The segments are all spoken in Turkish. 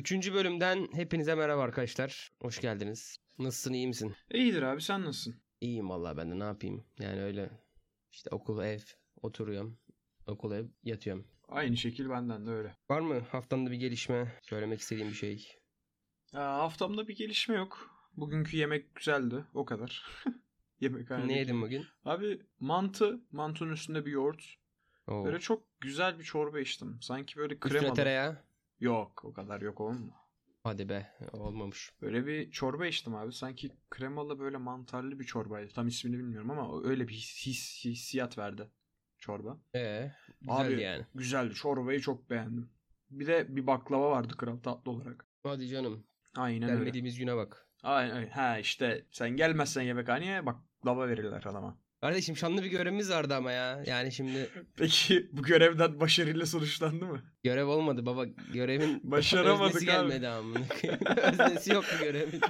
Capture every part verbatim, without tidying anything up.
Üçüncü bölümden hepinize merhaba arkadaşlar. Hoş geldiniz. Nasılsın, iyi misin? İyidir abi, sen nasılsın? İyiyim vallahi, ben de ne yapayım. Yani öyle işte okul, ev, oturuyorum. Okul, ev, yatıyorum. Aynı şekil benden de öyle. Var mı haftamda bir gelişme, söylemek istediğim bir şey? Ya, haftamda bir gelişme yok. Bugünkü yemek güzeldi, o kadar. Yemekhanedeki Ne yedin yemek. bugün? Abi mantı, mantının üstünde bir yoğurt. Oo. Böyle çok güzel bir çorba içtim. Sanki böyle Üstüne kremalı. tereyağı. Yok, o kadar yok oğlum. Hadi be, olmamış. Böyle bir çorba içtim abi. Sanki kremalı böyle mantarlı bir çorbaydı. Tam ismini bilmiyorum ama öyle bir his, his- hissiyat verdi çorba. Ee, güzeldi Abi yani. güzeldi. Çorbayı çok beğendim. Bir de bir baklava vardı kral tatlı olarak. Hadi canım. Aynen öyle. Gelmediğimiz güne bak. Aynen öyle. Ha işte sen gelmezsen yemekhaneye baklava verirler adama. Kardeşim, şanlı bir görevimiz vardı ama ya. Yani şimdi Peki bu görevden başarıyla sonuçlandı mı? görev olmadı baba. Görevin Başaramadık öznesi abi. gelmedi amına koyayım. Öznesi yok bu görevin.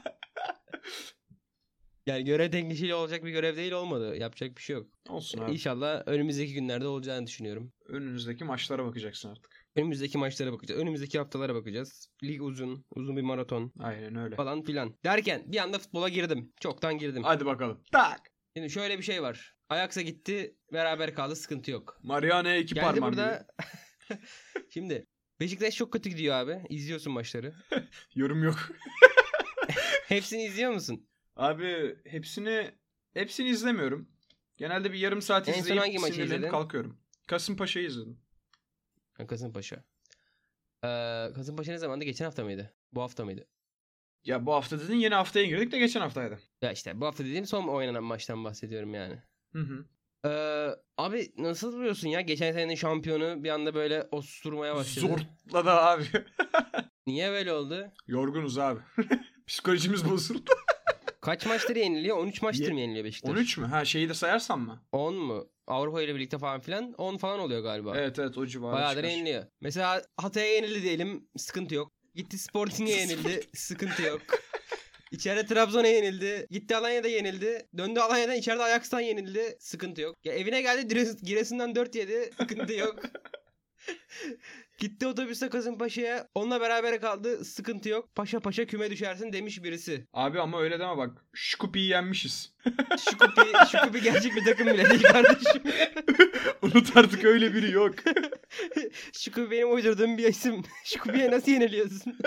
Yani görev teklişiyle olacak bir görev değil, olmadı. Yapacak bir şey yok. Olsun abi. İnşallah önümüzdeki günlerde olacağını düşünüyorum. Önünüzdeki maçlara bakacaksın artık. Önümüzdeki maçlara bakacağız. Önümüzdeki haftalara bakacağız. Lig uzun. Uzun bir maraton Aynen öyle. falan filan. Derken bir anda futbola girdim. Çoktan girdim. Hadi bakalım. Tak. Şimdi şöyle bir şey var. Ajax'a gitti. Beraber kaldı. Sıkıntı yok. Mariano'ya iki Geldi parmağım burada. Şimdi Beşiktaş çok kötü gidiyor abi. İzliyorsun maçları. gibi. Yorum yok. Hepsini izliyor musun? Abi hepsini hepsini izlemiyorum. Genelde bir yarım saat En son izleyip hangi maçı sinirlenip izledin? kalkıyorum. Kasımpaşa'yı izledim. Ha, Kasımpaşa. Ee, Kasımpaşa ne zamandı? Geçen hafta mıydı? Bu hafta mıydı? Ya bu hafta dedin, yeni haftaya girdik de geçen haftaydı. Ya işte bu hafta dediğim son oynanan maçtan bahsediyorum yani. Hı hı. Ee, abi nasıl buluyorsun ya? Geçen senenin şampiyonu bir anda böyle osturmaya başladı. Zorladı abi. Niye böyle oldu? Yorgunuz abi. Psikolojimiz bozuldu. Kaç maçtır yeniliyor? on üç maçtır Ye- mı yeniliyor Beşiktaş? on üç mü? Ha şeyi de sayarsan mı? on mu? Avrupa ile birlikte falan filan on falan oluyor galiba. Evet evet, o civarı Bayağıdır çıkar. yeniliyor. Mesela Hatay'a yenildi diyelim, sıkıntı yok. Gitti Sporting'e yenildi, sıkıntı yok. İçeride Trabzon'a yenildi. Gitti Alanya'da yenildi. Döndü Alanya'dan, içeride Ajax'tan yenildi. Sıkıntı yok. Ya evine geldi, Gires- Giresun'dan dört yedi. Sıkıntı yok. Gitti otobüste Kasımpaşa'ya. Onunla beraber kaldı. Sıkıntı yok. Paşa paşa küme düşersin demiş birisi. Abi ama öyle deme bak. Şkupi'yi yenmişiz. Şukupi, Şukupi gerçek bir takım bile değil kardeşim. Unut artık, öyle biri yok. Şukupi benim uydurduğum bir isim. Şukupi'ye nasıl yeniliyorsun?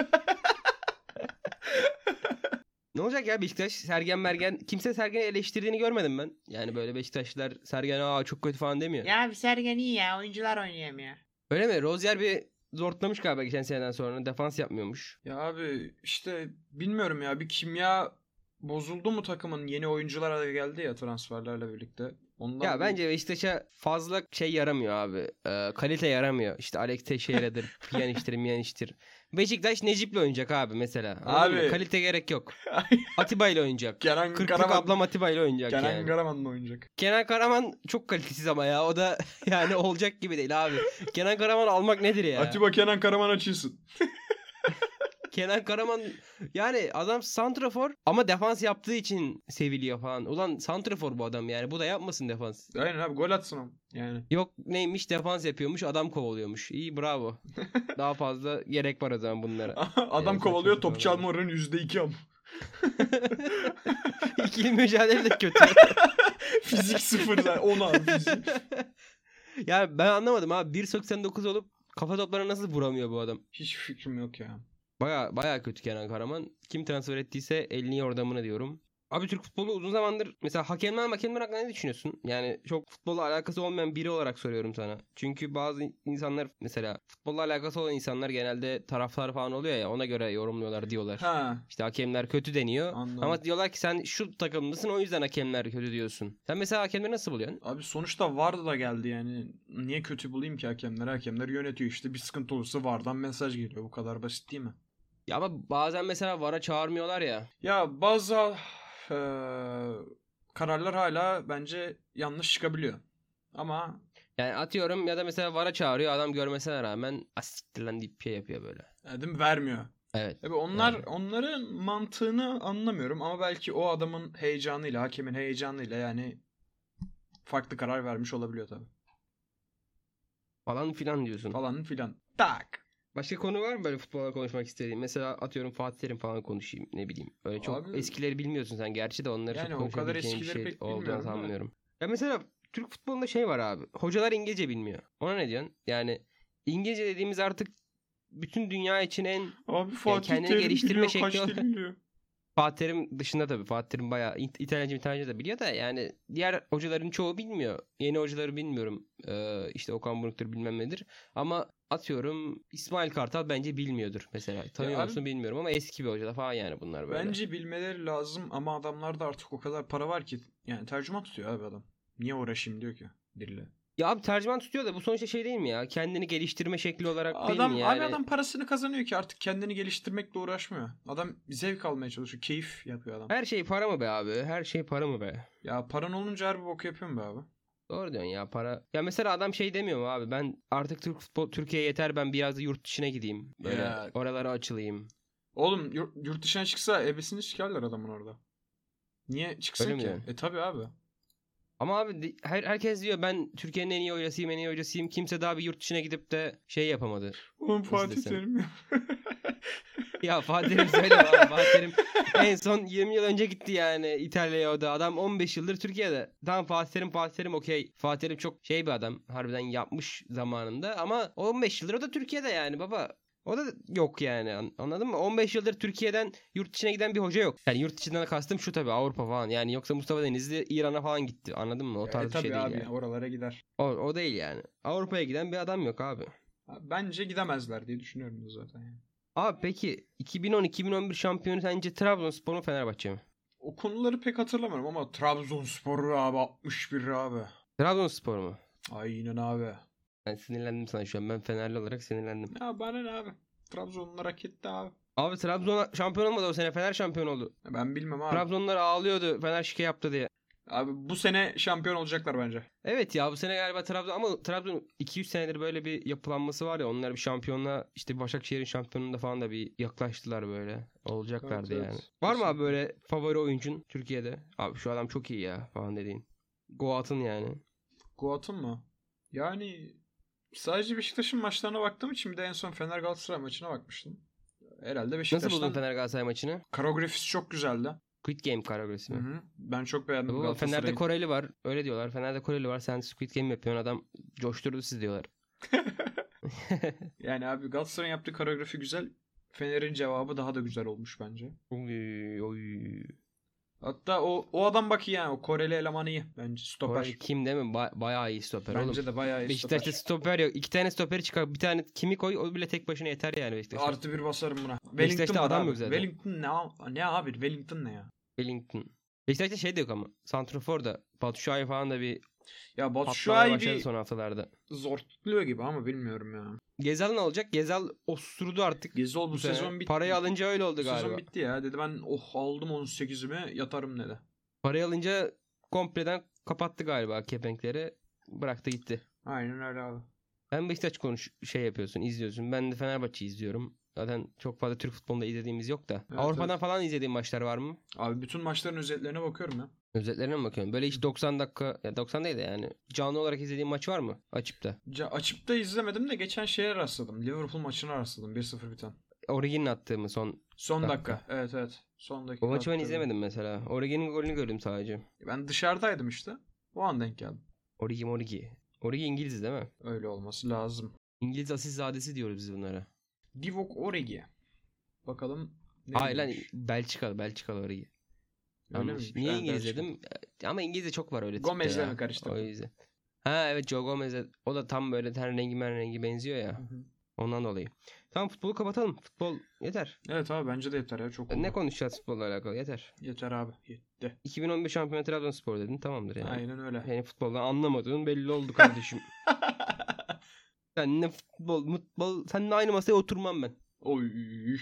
Ne olacak ya Beşiktaş? Sergen Mergen. Kimse Sergen'i eleştirdiğini görmedim ben. Yani böyle Beşiktaşlılar Sergen aa çok kötü falan demiyor. Ya bir Sergen iyi ya. Oyuncular oynayamıyor. Öyle mi? Rozier bir zortlamış galiba geçen seneden sonra. Defans yapmıyormuş. Ya abi işte bilmiyorum ya, bir kimya bozuldu mu takımın? Yeni oyuncular da geldi ya transferlerle birlikte. Ondan Ya bir- bence Beşiktaş'a fazla şey yaramıyor abi. Ee, kalite yaramıyor. İşte Alex Teixeira'dır, Pjanic'tir, Mianic'tir. Beşiktaş Necip'le oynayacak abi mesela. Anladın Abi. mı? Kalite gerek yok. Atiba ile oynayacak. Kenan kırk kırk Karaman, ablam Atiba ile oynayacak Kenan yani. Karaman'la oynayacak. Kenan Karaman çok kalitesiz ama ya. O da yani olacak gibi değil abi. Kenan Karaman almak nedir ya? Atiba Kenan Karaman açılsın. Kenan Karaman yani adam santrafor ama defans yaptığı için seviliyor falan. Ulan santrafor bu adam yani. Bu da yapmasın defans. Aynen abi, gol atsın ama yani. Yok neymiş, defans yapıyormuş, adam kovalıyormuş. İyi, bravo. Daha fazla gerek var o zaman bunlara. Adam Evet, kovalıyor, saçma top sapan çalma oranı yüzde iki ama. İkili mücadele de kötü. Fizik sıfır zaten. on abi fizik. Ya ben anlamadım abi. bir seksen dokuz olup kafa toplarına nasıl vuramıyor bu adam? Hiç fikrim yok ya. Baya baya kötü Kenan Karaman. Kim transfer ettiyse elini yordamını diyorum. Abi Türk futbolu uzun zamandır mesela hakemler hakemler hakkında ne düşünüyorsun? Yani çok futbolla alakası olmayan biri olarak soruyorum sana. Çünkü bazı insanlar mesela futbolla alakası olan insanlar genelde taraftar falan oluyor ya, ona göre yorumluyorlar diyorlar. Ha, İşte hakemler kötü deniyor. anladım. Ama diyorlar ki sen şu takımlısın, o yüzden hakemler kötü diyorsun. Sen mesela hakemleri nasıl buluyorsun? Abi sonuçta VAR da geldi yani. Niye kötü bulayım ki hakemleri? Hakemler yönetiyor işte. Bir sıkıntı olursa VAR'dan mesaj geliyor. Bu kadar basit değil mi? Ya ama bazen mesela VAR'a çağırmıyorlar ya. Ya bazı eee, kararlar hala bence yanlış çıkabiliyor. Ama Yani atıyorum ya da mesela VAR'a çağırıyor, adam görmesine rağmen asiktir lan deyip şey yapıyor böyle. e, değil mi? Vermiyor. Evet. Tabii onlar Yani. onların mantığını anlamıyorum ama belki o adamın heyecanıyla, hakemin heyecanıyla yani farklı karar vermiş olabiliyor tabii. Falan filan diyorsun. Falan filan. Tak. Başka konu var mı böyle futbola konuşmak istediğin? Mesela atıyorum Fatih Terim falan konuşayım ne bileyim. Öyle çok Abi- eskileri bilmiyorsun sen gerçi de onları Yani çok o kadar konuşabileceğin bir eskileri şey pek olduğunu bilmiyorum da. sanmıyorum. Ya mesela Türk futbolunda şey var abi. Hocalar İngilizce bilmiyor. Ona ne diyorsun? Yani İngilizce dediğimiz artık bütün dünya için en Abi Fatih kendini Terim geliştirme biliyor, şekli kaç dil olarak- biliyor. Fatih Terim dışında tabii. Fatih Terim bayağı İ- İtalyanca İtalyanca da biliyor da yani diğer hocaların çoğu bilmiyor. Yeni hocaları bilmiyorum. Ee, işte Okan Buruk'tur bilmem nedir. Ama atıyorum İsmail Kartal bence bilmiyordur mesela. Tanıyor abi- musun bilmiyorum ama eski bir hoca da falan yani bunlar böyle. Bence bilmeleri lazım ama adamlarda artık o kadar para var ki yani tercüman tutuyor abi adam. Niye uğraşayım diyor ki biriyle. Ya abi tercüman tutuyor da bu sonuçta şey değil mi ya? Kendini geliştirme şekli olarak değil Adam mi yani? abi adam parasını kazanıyor ki artık kendini geliştirmekle uğraşmıyor. Adam zevk almaya çalışıyor. Keyif yapıyor adam. Her şey para mı be abi? Her şey para mı be? Ya paran olunca harbi bok yapıyorsun be abi. Doğru diyorsun ya para. Ya mesela adam şey demiyor mu abi? Ben artık Türk futbol Türkiye yeter ben biraz da yurt dışına gideyim. Böyle Ya. oralara açılayım. Oğlum yurt, yurt dışına çıksa ebesini sikerler adamın orada. Niye çıksın Öyle mi ki? diyorsun? E tabi abi. Ama abi di- her, herkes diyor ben Türkiye'nin en iyi hocasıyım en iyi hocasıyım. Kimse daha bir yurt dışına gidip de şey yapamadı. Oğlum Fatih Fatih desem? Terim. Ya Fatih Terim söyle abi. Fatih Terim en son yirmi yıl önce gitti yani İtalya'ya o da. Adam on beş yıldır Türkiye'de. Tamam Fatih Terim Fatih Terim okey. Fatih Terim çok şey bir adam. Harbiden yapmış zamanında. Ama on beş yıldır o da Türkiye'de yani baba. O da yok yani an- anladın mı? on beş yıldır Türkiye'den yurt dışına giden bir hoca yok. Yani yurt dışından kastım şu tabii Avrupa falan. Yani yoksa Mustafa Denizli İran'a falan gitti. Anladın mı? O tarz e bir tabi şey değil abi yani. oralara gider. O, o değil yani. Avrupa'ya giden bir adam yok abi. Bence gidemezler diye düşünüyorum da zaten yani. Abi peki iki bin on iki bin on bir şampiyonu sence Trabzonspor mu Fenerbahçe mi? O konuları pek hatırlamıyorum ama Trabzonspor abi altmış bir abi. Trabzonspor mu? Aynen abi. Ben sinirlendim sana şu an. Ben Fenerli olarak sinirlendim. Ya bana ne abi? Trabzonlular hak etti abi. Abi Trabzon şampiyon olmadı o sene. Fener şampiyon oldu. Ben bilmem abi. Trabzonlar ağlıyordu. Fener şike yaptı diye. Abi bu sene şampiyon olacaklar bence. Evet ya bu sene galiba Trabzon ama Trabzon iki üç senedir böyle bir yapılanması var ya onlar bir şampiyonla işte Başakşehir'in şampiyonunda falan da bir yaklaştılar böyle. Olacaklardı Evet, yani. evet. Var mı abi Kesinlikle. böyle favori oyuncun Türkiye'de? Abi şu adam çok iyi ya falan dediğin. Goat'ın yani. Goat'ın mı? Yani sadece Beşiktaş'ın maçlarına baktığım için bir de en son Fener Galatasaray maçına bakmıştım. Herhalde Nasıl Beşiktaş'tan. buldun Fener Galatasaray maçını? Koreografisi çok güzeldi. Squid Game koreografisi Hı mi? hı. Ben çok beğendim Bu Galatasaray'ı. Fener'de Koreli var. Öyle diyorlar. Fener'de Koreli var. Sen Squid Game yapıyorsun. Adam coşturdu sizi diyorlar. Yani abi Galatasaray'ın yaptığı koreografi güzel. Fener'in cevabı daha da güzel olmuş bence. Oy, oy. Hatta o o adam bak iyi yani o Koreli elemanı iyi bence stoper. Koreli kim değil mi? Ba- bayağı iyi stoper Bence oğlum. de bayağı iyi Beşiktaş'ta stoper. stoper yok. İki tane stoperi çıkar. Bir tane kimi koy o bile tek başına yeter yani Beşiktaş'ta. Artı bir basarım buna. Beşiktaş'ta Wellington var adam abi. yok zaten. Wellington ne, a- ne abi? Wellington ne ya? Wellington. Beşiktaş'ta şey de yok ama. Santrafor da. Batu Şua'yı falan da bir Ya Batu patlamaya Şua'yı başladı bir son haftalarda. zorluyor gibi ama bilmiyorum ya. Gezal ne olacak? Gezal osurdu artık. Gezol bu, bu sene. sezon bitti. Parayı alınca öyle oldu Bu galiba. sezon bitti ya. Dedi ben oh aldım on sekizimi yatarım dedi. Parayı alınca kompleden kapattı galiba kepenkleri. Bıraktı gitti. Aynen öyle abi. Ben Beşiktaş konuş şey yapıyorsun, izliyorsun. Ben de Fenerbahçe izliyorum. Zaten çok fazla Türk futbolunda izlediğimiz yok da. Evet, Avrupa'dan evet. falan izlediğin maçlar var mı? Abi bütün maçların özetlerine bakıyorum ya. Özetlerine mi bakıyorsun? Böyle hiç doksan dakika, ya doksan değil de yani canlı olarak izlediğin maç var mı? Açıp da. Ca- açıp da izlemedim de geçen şeye rastladım. Liverpool maçına rastladım. bir sıfır biten. Origin'in attığı mı son? Son Dakika. dakika. Evet evet. Son dakika. O maçı ben attı. izlemedim mesela. Origin'in golünü gördüm sadece. Ben dışarıdaydım işte. O an denk geldim. Origi Origi. Origi İngiliz değil mi? Öyle olması lazım. İngiliz asilzadesi diyoruz biz bunlara. Divock Origi. Bakalım ne Hayır lan neymiş? Belçikalı Belçikalı Origi. Öyle Yanlış. miymiş? Niye Ha, İngiliz Belçika. dedim? Ama İngilizce çok var öyle tipte Gomez'le ya. mi karıştırdın? O yüzden. Ha evet Joe Gomez'e. O da tam böyle ten rengi men rengi benziyor ya. Hı hı. Ondan dolayı. Tamam futbolu kapatalım. Futbol yeter. Evet abi bence de yeter ya. Çok oldu. Ne konuşacağız futbolla alakalı yeter. Yeter abi. Yetti. iki bin on bir şampiyon Trabzonspor dedin tamamdır yani. Aynen öyle. Yani futboldan anlamadığın belli oldu kardeşim. Sen ne futbol, futbol, seninle aynı masaya oturmam ben. Oy.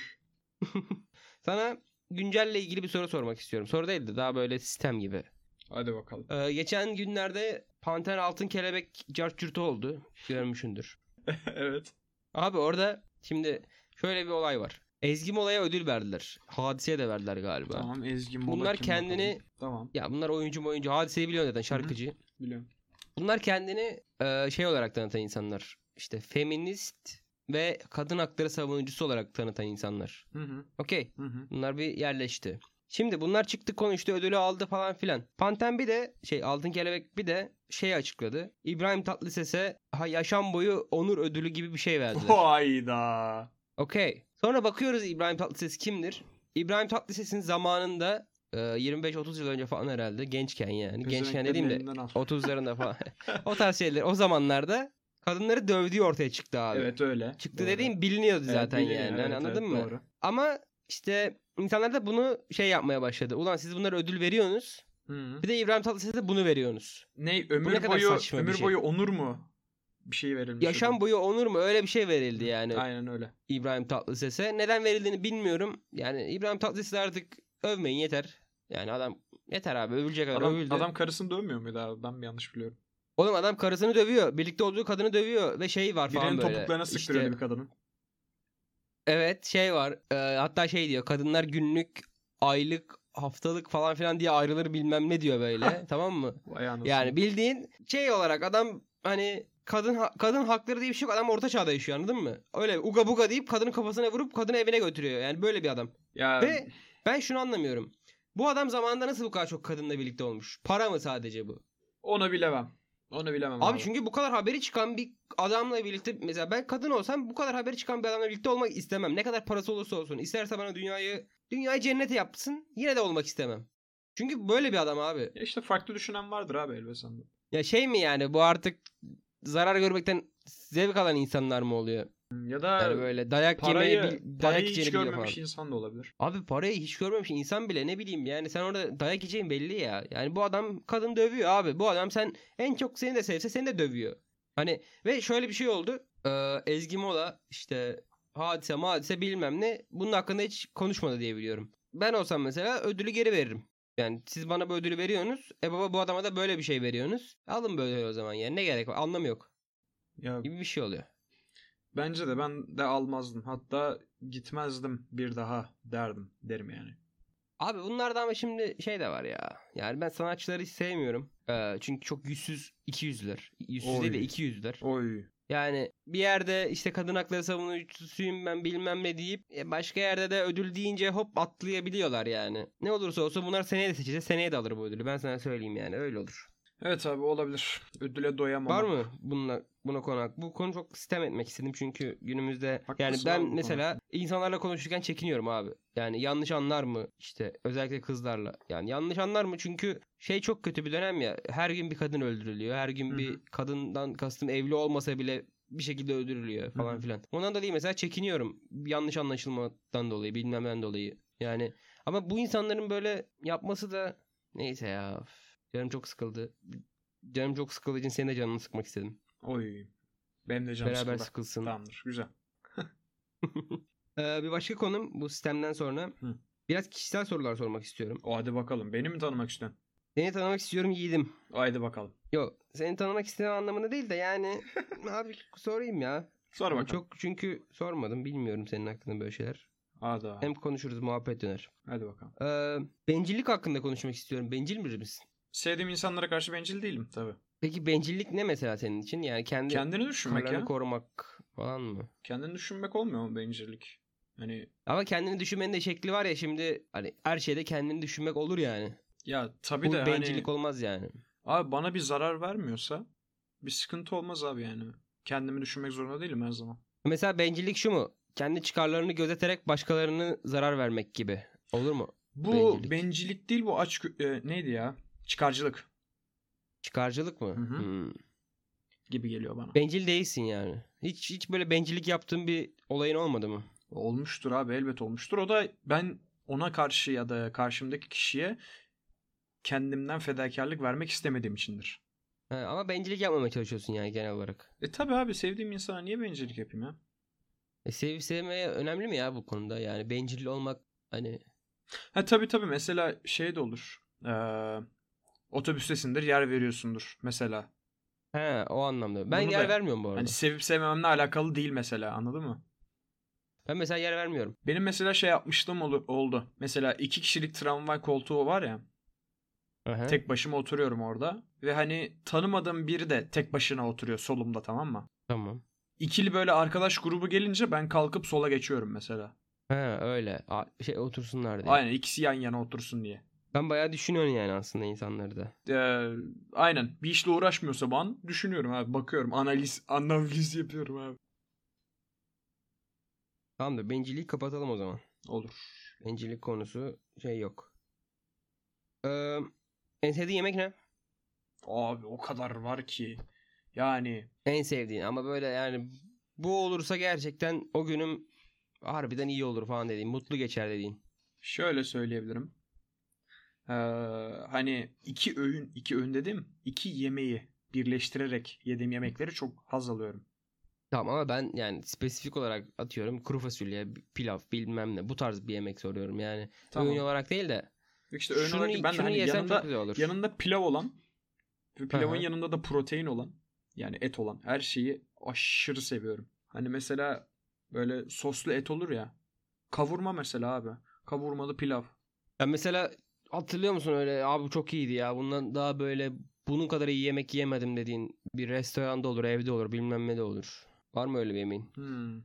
Sana güncelle ilgili bir soru sormak istiyorum. Soru değil de daha böyle sistem gibi. Hadi bakalım. Ee, geçen günlerde Panter Altın Kelebek cartçurtu oldu. Görmüşsündür. Evet. Abi orada şimdi şöyle bir olay var. Ezgi Mola'ya ödül verdiler. Hadiseye de verdiler galiba. Tamam Ezgi Mola Bunlar kim kendini- bakalım? Tamam. Ya bunlar oyuncu oyuncu. Hadiseyi biliyorsun zaten şarkıcı. Biliyorum. Bunlar kendini e, şey olarak tanıtan insanlar. İşte feminist ve kadın hakları savunucusu olarak tanıtan insanlar. Hı hı. Okey. Hı hı. Bunlar bir yerleşti. Şimdi bunlar çıktı konuştu, ödülü aldı falan filan. Panten bir de şey Altın Kelebek bir de şey açıkladı. İbrahim Tatlıses'e ha, yaşam boyu onur ödülü gibi bir şey verdiler. Hayda. Okey. Sonra bakıyoruz İbrahim Tatlıses kimdir? İbrahim Tatlıses'in zamanında e, yirmi beş otuz yıl önce falan herhalde gençken yani. Gençken dediğim de otuzlarında falan. O tarz şeyler. O zamanlarda kadınları dövdüğü ortaya çıktı abi. Evet öyle. Çıktı Doğru. dediğim biliniyordu Evet, zaten biliniyor. yani. Evet, Hani anladın evet, mı? Doğru. Ama işte insanlar da bunu şey yapmaya başladı. Ulan siz bunlara ödül veriyorsunuz. Hı. Bir de İbrahim Tatlıses'e bunu veriyorsunuz. Ne ne ömür kadar boyu saçma bir ömür şey. boyu onur mu? Bir şey verilmiş. Yaşam ödül. boyu onur mu? Öyle bir şey verildi yani. Aynen öyle. İbrahim Tatlıses'e. Neden verildiğini bilmiyorum. Yani İbrahim Tatlıses'i artık övmeyin yeter. Yani adam yeter abi övülecek kadar Adam, övüldü. adam karısını dövmüyor muydu abi? Ben mi yanlış biliyorum? Oğlum adam karısını dövüyor. Birlikte olduğu kadını dövüyor. Ve şey var falan Birinin böyle. topuklarına sıktırıyordu İşte, bir kadının. evet şey var. E, hatta şey diyor. Kadınlar günlük, aylık, haftalık falan filan diye ayrılır bilmem ne diyor böyle. Tamam mı? Vay anasını. Yani bildiğin şey olarak adam hani kadın ha- kadın hakları diye bir şey yok. Adam orta çağda yaşıyor anladın mı? Öyle uga buga deyip kadının kafasına vurup kadını evine götürüyor. Yani böyle bir adam. Ya Ve ben şunu anlamıyorum. Bu adam zamanında nasıl bu kadar çok kadınla birlikte olmuş? Para mı sadece bu? onu bilemem. Onu bilemem Abi abi. çünkü bu kadar haberi çıkan bir adamla birlikte mesela ben kadın olsam bu kadar haberi çıkan bir adamla birlikte olmak istemem. Ne kadar parası olursa olsun. İsterse bana dünyayı dünyayı cennete yapsın yine de olmak istemem. Çünkü böyle bir adam abi. Ya işte farklı düşünen vardır abi elbet sende. Ya şey mi yani bu artık zarar görmekten zevk alan insanlar mı oluyor? Ya da Yani böyle dayak parayı, yemeyi bil- dayak parayı hiç yiyeceğini biliyor görmemiş falan. insan da olabilir. Abi parayı hiç görmemiş insan bile ne bileyim yani sen orada dayak yiyeceğin belli ya. Yani bu adam kadın dövüyor abi. Bu adam sen en çok seni de sevse seni de dövüyor. Hani ve şöyle bir şey oldu. Ee, Ezgi Mola işte hadise madise bilmem ne bunun hakkında hiç konuşmadı diye biliyorum. Ben olsam mesela ödülü geri veririm. Yani siz bana bu ödülü veriyorsunuz. E baba bu adama da böyle bir şey veriyorsunuz. Alın böyle o zaman yani ne gerek var anlamı yok Ya gibi bir şey oluyor. bence de ben de almazdım. Hatta gitmezdim bir daha derdim. Derim yani. Abi bunlarda ama şimdi şey de var ya. Yani ben sanatçıları hiç sevmiyorum. Ee, çünkü çok yüzsüz, ikiyüzlüler. Yüzsüz Oy. değil de ikiyüzlüler. Oy. Yani bir yerde işte kadın hakları savunucusuyum ben bilmem ne deyip e, başka yerde de ödül deyince hop atlayabiliyorlar yani. Ne olursa olsun bunlar seneye de seçilse seneye de alır bu ödülü. Ben sana söyleyeyim yani öyle olur. Evet abi olabilir. Ödüle doyamam. Var mı bununla, buna konu hak? Bu konu çok sitem etmek istedim çünkü günümüzde Haklısın yani abi ben bu konu mesela insanlarla konuşurken çekiniyorum abi. Yani yanlış anlar mı işte özellikle kızlarla. Yani yanlış anlar mı çünkü şey çok kötü bir dönem ya. Her gün bir kadın öldürülüyor. Her gün Hı bir hı. kadından kastım evli olmasa bile bir şekilde öldürülüyor falan Hı hı. filan. Ondan dolayı mesela çekiniyorum. Yanlış anlaşılmadan dolayı bilmemden dolayı. Yani ama bu insanların böyle yapması da neyse ya. Canım çok sıkıldı. Canım çok sıkıldığı için senin de canını sıkmak istedim. Oy. Benim de canım Beraber sıkıldı. sıkılsın. Tamamdır. Güzel. Ee, bir başka konum bu sistemden sonra Hı. biraz kişisel sorular sormak istiyorum. O hadi bakalım. Beni mi tanımak istiyorsun? Seni tanımak istiyorum yiğidim. Haydi bakalım. Yok seni tanımak istemem anlamında değil de yani abi sorayım ya. Sor Yani bakalım. çok çünkü sormadım bilmiyorum senin hakkında böyle şeyler. Hadi abi. Hem konuşuruz muhabbet döner. Hadi bakalım. Ee, bencillik hakkında konuşmak istiyorum. Bencil biri misin? Sevdiğim insanlara karşı bencil değilim tabii. Peki bencillik ne mesela senin için? Yani kendi Kendini düşünmek kararlarını ya. korumak falan mı? Kendini düşünmek olmuyor mu bencillik? Hani Ama kendini düşünmenin de şekli var ya şimdi hani her şeyde kendini düşünmek olur yani. ya tabii Bu de bencillik hani olmaz yani. abi bana bir zarar vermiyorsa bir sıkıntı olmaz abi yani. Kendimi düşünmek zorunda değilim her zaman. Mesela bencillik şu mu? Kendi çıkarlarını gözeterek başkalarını zarar vermek gibi. Olur mu? Bu Bencillik. bencillik değil bu aç e, neydi ya? Çıkarcılık Çıkarcılık mı? Hı hı. Hmm. gibi geliyor bana. Bencil değilsin yani. Hiç hiç böyle bencillik yaptığın bir olayın olmadı mı? Olmuştur abi elbet olmuştur. O da ben ona karşı ya da karşımdaki kişiye kendimden fedakarlık vermek istemediğim içindir. Ha, ama bencillik yapmamaya çalışıyorsun yani genel olarak. E tabi abi sevdiğim insana niye bencillik yapayım ya? E, sevip sevmeye önemli mi ya bu konuda? Yani bencil olmak hani... Ha tabi tabi mesela şey de olur. Ee, otobüstesindir yer veriyorsundur mesela. He o anlamda. Ben Bunu yer da- vermiyorum bu arada. Hani sevip sevmememle alakalı değil mesela anladın mı? Ben mesela yer vermiyorum. Benim mesela şey yapmışlığım olu- oldu. Mesela iki kişilik tramvay koltuğu var ya. Aha. Tek başıma oturuyorum orada. Ve hani tanımadığım biri de tek başına oturuyor solumda tamam mı? Tamam. ikili böyle arkadaş grubu gelince ben kalkıp sola geçiyorum mesela. He öyle. A- şey otursunlar diye. Aynen, ikisi yan yana otursun diye. Ben bayağı düşünüyorum yani aslında insanları da. Ee, aynen. Bir işle uğraşmıyorsa ben düşünüyorum abi. Bakıyorum. Analiz analiz yapıyorum abi. Tamam da bencilliği kapatalım o zaman. Olur. Bencillik konusu şey yok. Ee, en sevdiğin yemek ne? Abi o kadar var ki. Yani En sevdiğin ama böyle yani bu olursa gerçekten o günüm harbiden iyi olur falan dediğin. Mutlu geçer dediğin. şöyle söyleyebilirim. Ee, hani iki öğün, iki öğün dedim. iki yemeği birleştirerek yediğim yemekleri çok haz alıyorum. Tamam ama ben yani spesifik olarak atıyorum kuru fasulye, pilav bilmem ne bu tarz bir yemek soruyorum yani. Tamam. Öğün olarak değil de. İşte öğün Şunu, olarak ben de şunu hani yesem yanında, çok güzel olur. yanında pilav olan ve pilavın Aha. yanında da protein olan, yani et olan her şeyi aşırı seviyorum. Hani mesela böyle soslu et olur ya. Kavurma mesela abi. Kavurmalı pilav. Ben mesela hatırlıyor musun öyle abi bu çok iyiydi ya. Bundan daha böyle bunun kadar iyi yemek yemedim dediğin bir restoranda olur, evde olur, bilmem ne de olur. Var mı öyle bir yemeğin? Hmm.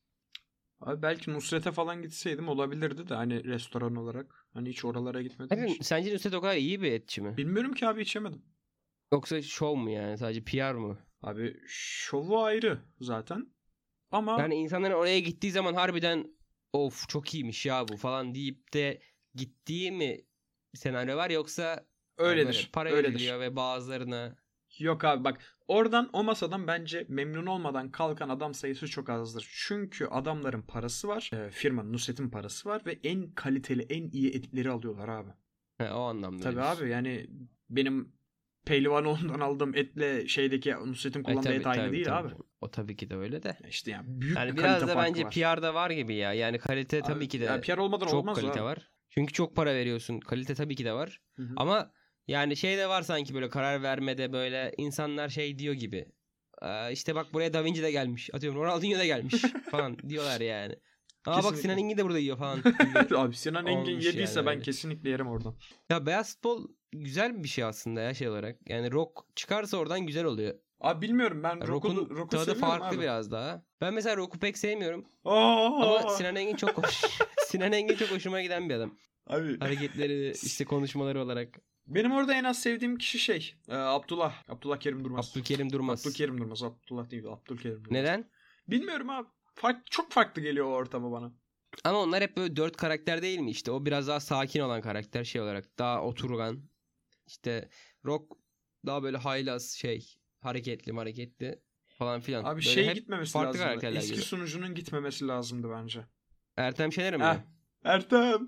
Abi belki Nusret'e falan gitseydim olabilirdi de hani restoran olarak. Hani hiç oralara gitmedim. Abi, hiç. sence Nusret o kadar iyi bir etçi mi? Bilmiyorum ki abi, içemedim. Yoksa şov mu yani? Sadece P R mı? Abi şovu ayrı zaten. Ama Yani insanların oraya gittiği zaman harbiden of çok iyiymiş ya bu falan deyip de gittiği mi senaryo var yoksa yani öyledir. böyle para öyledir. veriliyor ve bazılarına Yok abi bak, oradan o masadan bence memnun olmadan kalkan adam sayısı çok azdır. Çünkü adamların parası var. E, firmanın, Nusret'in parası var ve en kaliteli, en iyi etleri alıyorlar abi. he, o anlamda Tabii diyorsun. abi, yani benim Pehlivanoğlu'ndan aldığım etle şeydeki Nusret'in E, kullandığı tabii, et aynı tabii, değil tabii. abi. O tabii ki de öyle de. Ya İşte yani büyük Yani bir biraz kalite da farkı bence var. P R'da var gibi ya. Yani kalite tabii Abi, ki de yani P R olmadan çok olmaz kalite abi. var. Çünkü çok para veriyorsun. Kalite tabii ki de var. Hı hı. Ama yani şey de var sanki böyle karar vermede böyle insanlar şey diyor gibi. Ee, işte bak buraya Da Vinci de gelmiş. Atıyorum Ronaldinho da gelmiş falan diyorlar yani. Aa bak Kesinlikle. Sinan Engin de burada yiyor falan gibi. Abi Sinan Engin olmuş yediyse yani ben öyle. kesinlikle yerim oradan. Ya beyaz futbol güzel bir şey aslında ya şey olarak. Yani rock çıkarsa oradan güzel oluyor. Abi bilmiyorum, ben Rock'u Rock'un Rock'u tadı seviyorum farklı abi. biraz daha. Ben mesela Rock'u pek sevmiyorum. Aa! Ama Sinan Engin çok hoş. Sinan Engin çok hoşuma giden bir adam. Abi Hareketleri, işte konuşmaları olarak. benim orada en az sevdiğim kişi şey e, Abdullah. Abdullah Kerim Durmaz. Abdülkerim Durmaz. Abdülkerim Durmaz. Abdullah değil, Abdülkerim Durmaz. Neden? Bilmiyorum abi. Fark, çok farklı geliyor o ortama bana. Ama onlar hep böyle dört karakter değil mi? İşte o biraz daha sakin olan karakter şey olarak. Daha oturgan. İşte Rock daha böyle haylaz şey. Hareketli hareketli falan filan. Abi Böyle şey hep gitmemesi farklı lazımdı. karakterler Eski geliyor. sunucunun gitmemesi lazımdı bence. Ertem Şener mi? Heh. Ertem.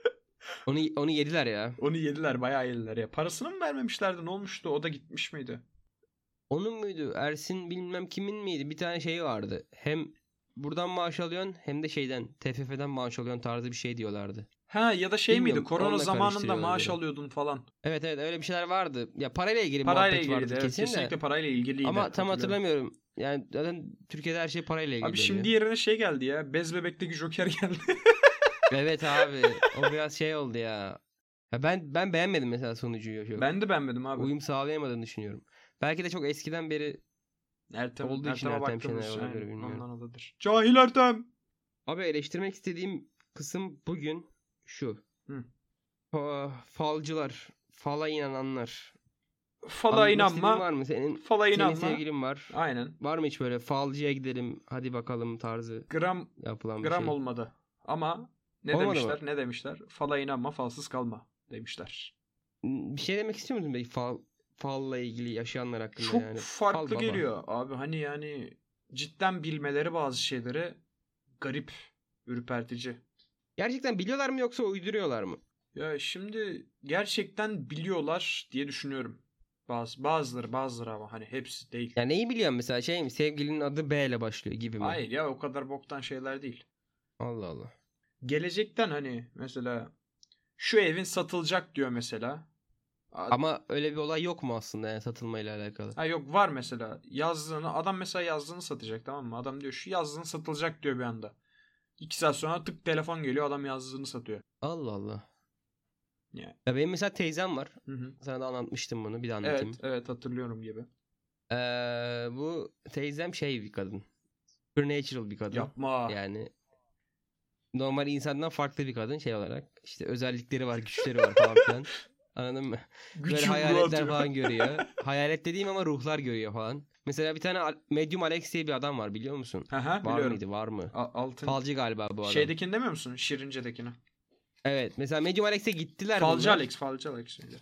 Onu, onu yediler ya. Onu yediler, bayağı yediler ya. Parasını mı vermemişlerdi? Ne olmuştu? O da gitmiş miydi? Onun muydu? Ersin bilmem kimin miydi? Bir tane şey vardı. Hem buradan maaş alıyorsun hem de şeyden T F F'den maaş alıyorsun tarzı bir şey diyorlardı. Ha, ya da şey Bilmiyorum, miydi? Korona onunla zamanında karıştırıyor maaş olabilirim. alıyordun falan. Evet evet öyle bir şeyler vardı. Ya parayla ilgili Parayla muhabbet ilgiliydi. vardı Evet, kesin kesinlikle de. parayla ilgiliydi. Ama tam hatırlıyorum. hatırlamıyorum. Yani zaten Türkiye'de her şey parayla ilgili. Abi şimdi oluyor. yerine şey geldi ya. Bez bebekteki Joker geldi. Evet abi. O biraz şey oldu ya. Ya ben ben beğenmedim mesela sonucuyu. Çok. Ben de beğenmedim abi. Uyum sağlayamadığını düşünüyorum. Belki de çok eskiden beri Ertem, olduğu için Ertem'e Ertem baktığımız Şener için olabilir, aynen, bilmiyorum. ondan adadır. Cahil Ertem. abi eleştirmek istediğim kısım bugün şu. Hı. Fa- falcılar, fala inananlar. Fala Anlatmak istediğin inanma. var mı? Senin, Fala senin inanma. sevgilin var. Aynen. Var mı hiç böyle falcıya gidelim hadi bakalım tarzı Gram yapılan bir gram şey? olmadı. Ama ne Olmadı demişler? mı? Ne demişler? Fala inanma, falsız kalma demişler. Bir şey demek istiyor musun belki fal, falla ilgili yaşayanlar hakkında Çok yani? farklı Fal baba. geliyor abi. Hani yani cidden bilmeleri bazı şeyleri garip, ürpertici. Gerçekten biliyorlar mı yoksa uyduruyorlar mı? Ya şimdi gerçekten biliyorlar diye düşünüyorum. Bazı bazıları bazıları ama hani hepsi değil. Yani neyi biliyorsun mesela şey mi? Sevgilinin adı B ile başlıyor gibi mi? Hayır ya, o kadar boktan şeyler değil. Allah Allah. Gelecekten hani mesela şu evin satılacak diyor mesela. A- Ama öyle bir olay yok mu aslında yani satılmayla alakalı? Ha yok, var mesela. Yazlığını adam mesela yazlığını satacak, tamam mı? Adam diyor şu yazlığın satılacak diyor bir anda. İki saat sonra tık telefon geliyor, adam yazlığını satıyor. Allah Allah. Yani. Ya benim mesela teyzem var. Hı hı. Sana da anlatmıştım bunu. Bir de anlatayım. Evet evet hatırlıyorum gibi. Ee, bu teyzem şey bir kadın. Supernatural bir kadın. Yapma. Yani normal insandan farklı bir kadın şey olarak. İşte özellikleri var, güçleri var falan filan. Anladın mı? Güç Böyle yumruğu hayaletler atıyor. falan görüyor. Hayalet dediğim ama ruhlar görüyor falan. Mesela bir tane Al- Medium Alex diye bir adam var, biliyor musun? Aha, Var biliyorum. mıydı? Var mı? A- altın. Falcı galiba bu adam. Şeydekini demiyor musun? Şirince'dekini. Evet. Mesela Medium Alex'e gittiler Falcı bunlar. Alex. Falcı Alex. Şeydi.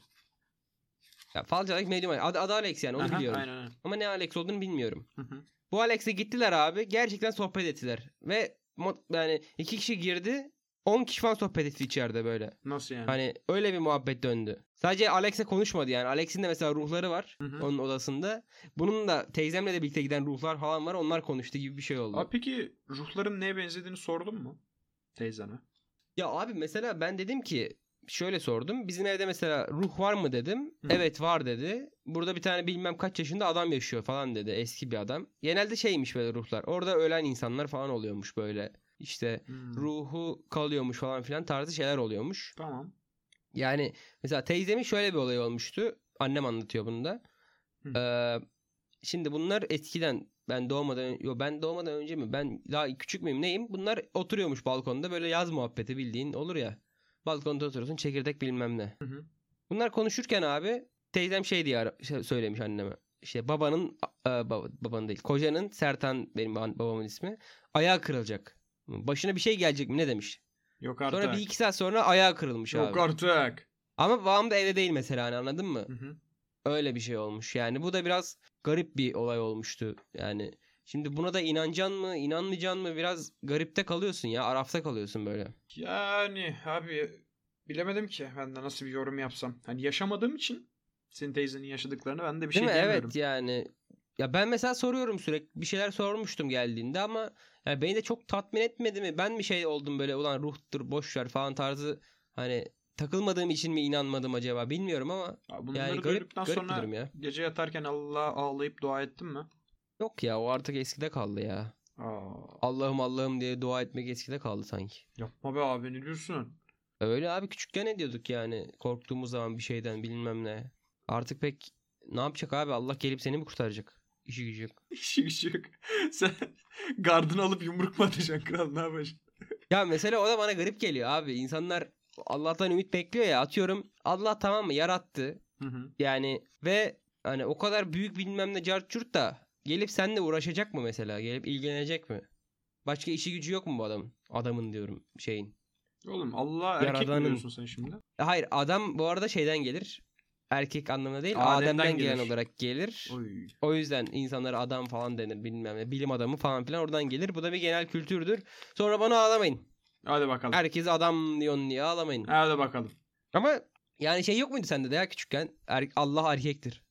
Ya, Falcı Alex, Medium Alex. Adı, adı Alex yani, onu Aha, biliyorum. aynen aynen. Ama ne Alex olduğunu bilmiyorum. Hı hı. Bu Alex'e gittiler abi. Gerçekten sohbet ettiler. Ve mo- yani iki kişi girdi. on kişi falan sohbet etti içeride böyle. Nasıl yani? Hani öyle bir muhabbet döndü. Sadece Alex'e konuşmadı yani. Alex'in de mesela ruhları var Hı hı. onun odasında. Bunun da teyzemle de birlikte giden ruhlar falan var. Onlar konuştu gibi bir şey oldu. Abi peki ruhların neye benzediğini sordun mu? Teyzene. Ya abi mesela ben dedim ki, şöyle sordum. Bizim evde mesela ruh var mı dedim. Hı. Evet var dedi. Burada bir tane bilmem kaç yaşında adam yaşıyor falan dedi. Eski bir adam. Genelde şeymiş böyle ruhlar. Orada ölen insanlar falan oluyormuş böyle. İşte Hmm. ruhu kalıyormuş falan filan tarzı şeyler oluyormuş. Tamam. Yani mesela teyzemin şöyle bir olay olmuştu. Annem anlatıyor bunu da. Hı. Ee, şimdi bunlar eskiden, ben doğmadan ön- yo ben doğmadan önce mi? Ben daha küçük müyüm neyim? Bunlar oturuyormuş balkonda, böyle yaz muhabbeti bildiğin olur ya. Balkonda oturuyorsun, çekirdek bilmem ne. Hı hı. Bunlar konuşurken abi teyzem şey diye ara- şey söylemiş anneme. İşte babanın e, baba, babanın değil, kocanın, Sertan benim an- babamın ismi, ayağı kırılacak. Başına bir şey gelecek mi ne demiş. Yok artık. Sonra bir iki saat sonra ayağı kırılmış Yok abi. artık. Ama babam da evde değil mesela, hani anladın mı? Hı hı. Öyle bir şey olmuş. Yani bu da biraz garip bir olay olmuştu. Yani şimdi buna da inanacaksın mı, inanmayacaksın mı, biraz garipte kalıyorsun ya. Arafta kalıyorsun böyle. Yani abi bilemedim ki ben de nasıl bir yorum yapsam. Hani yaşamadığım için senin teyzenin yaşadıklarını ben de bir Değil şey mi? diyemiyorum. Evet yani. Ya ben mesela soruyorum sürekli. Bir şeyler sormuştum geldiğinde ama yani beni de çok tatmin etmedi mi? Ben mi şey oldum böyle, ulan ruhtur boş ver falan tarzı, hani takılmadığım için mi inanmadım acaba bilmiyorum ama Abi bunları yani garip duyduktan garip bir sonra durum ya. gece yatarken Allah'a ağlayıp dua ettin mi? Yok ya, o artık eskide kaldı ya. Aa, Allah'ım Allah'ım diye dua etmek eskide kaldı sanki. yapma be abi ne diyorsun? Öyle abi, küçükken ne diyorduk yani, korktuğumuz zaman bir şeyden bilmem ne. Artık pek ne yapacak abi, Allah gelip seni mi kurtaracak? İşi gücü yok. İşi gücü yok. Sen gardını alıp yumruk mu atacaksın kral ne yapacaksın? Ya mesela o da bana garip geliyor abi. İnsanlar Allah'tan ümit bekliyor ya, atıyorum Allah tamam mı yarattı Hı hı. yani, ve hani o kadar büyük bilmem ne cart curt da gelip seninle uğraşacak mı mesela, gelip ilgilenecek mi? Başka işi gücü yok mu bu adamın? Adamın diyorum, şeyin. Oğlum Allah erkek mi Yaradanın. diyorsun sen şimdi? Hayır, adam bu arada şeyden gelir. Erkek anlamında değil. Adem'den Adem'den, gelen gelir. olarak gelir. Oy. O yüzden insanlara adam falan denir, bilmem ne. Bilim adamı falan filan oradan gelir. Bu da bir genel kültürdür. Sonra bana ağlamayın. Hadi bakalım. Herkes adam diyorsun diye ağlamayın. Hadi bakalım. Ama yani şey yok muydu sende de ya küçükken? Er- Allah erkektir.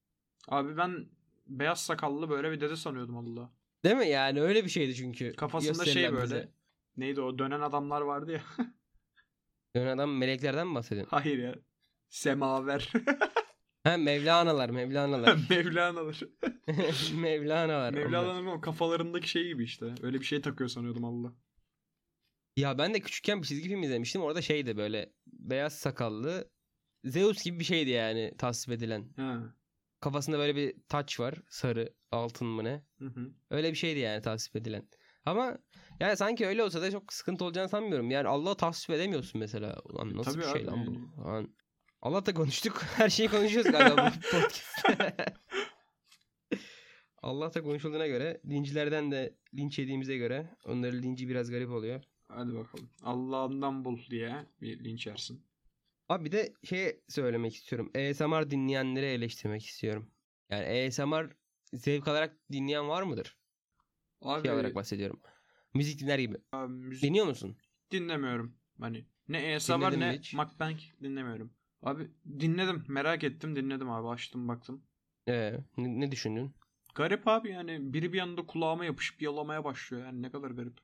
Abi ben beyaz sakallı böyle bir dede sanıyordum Allah. Değil mi? Yani öyle bir şeydi çünkü. Kafasında şey gösterilen böyle. bize. Neydi o dönen adamlar vardı ya. Dönen adam meleklerden mi bahsediyorsun? Hayır ya. Semaver. Ha, Mevlanalar, Mevlanalar. Mevlanalar. Mevlanalar. onlar. Mevlana'nın o kafalarındaki şey gibi işte. Öyle bir şey takıyor sanıyordum Allah. Ya ben de küçükken bir çizgi film izlemiştim. Orada şeydi böyle beyaz sakallı Zeus gibi bir şeydi yani tasvip edilen. Ha. Kafasında böyle bir taç var. Sarı, altın mı ne? Hı hı. Öyle bir şeydi yani tasvip edilen. Ama yani sanki öyle olsa da çok sıkıntı olacağını sanmıyorum. Yani Allah'ı tasvip edemiyorsun mesela. Ulan nasıl Tabii bir şey abi lan yani. bu? Lan Allah'la konuştuk. Her şeyi konuşuyoruz galiba bu podcast'te. Allah'la konuşulduğuna göre, dincilerden de linç yediğimize göre onların linci biraz garip oluyor. Hadi bakalım. Allah'ından bul diye bir linç yersin. Abi bir de şey söylemek istiyorum. A S M R dinleyenleri eleştirmek istiyorum. Yani A S M R zevk alarak dinleyen var mıdır? Abi Şey olarak bahsediyorum. Müzik dinler gibi. abi, müzik Dinliyor musun? dinlemiyorum. Hani ne E S var Dinledin mi ne hiç? Mukbang dinlemiyorum. Abi dinledim. Merak ettim dinledim abi. Açtım baktım. Ee, ne, ne düşündün? Garip abi yani. Biri bir yanında kulağıma yapışıp yalamaya başlıyor. Yani ne kadar garip.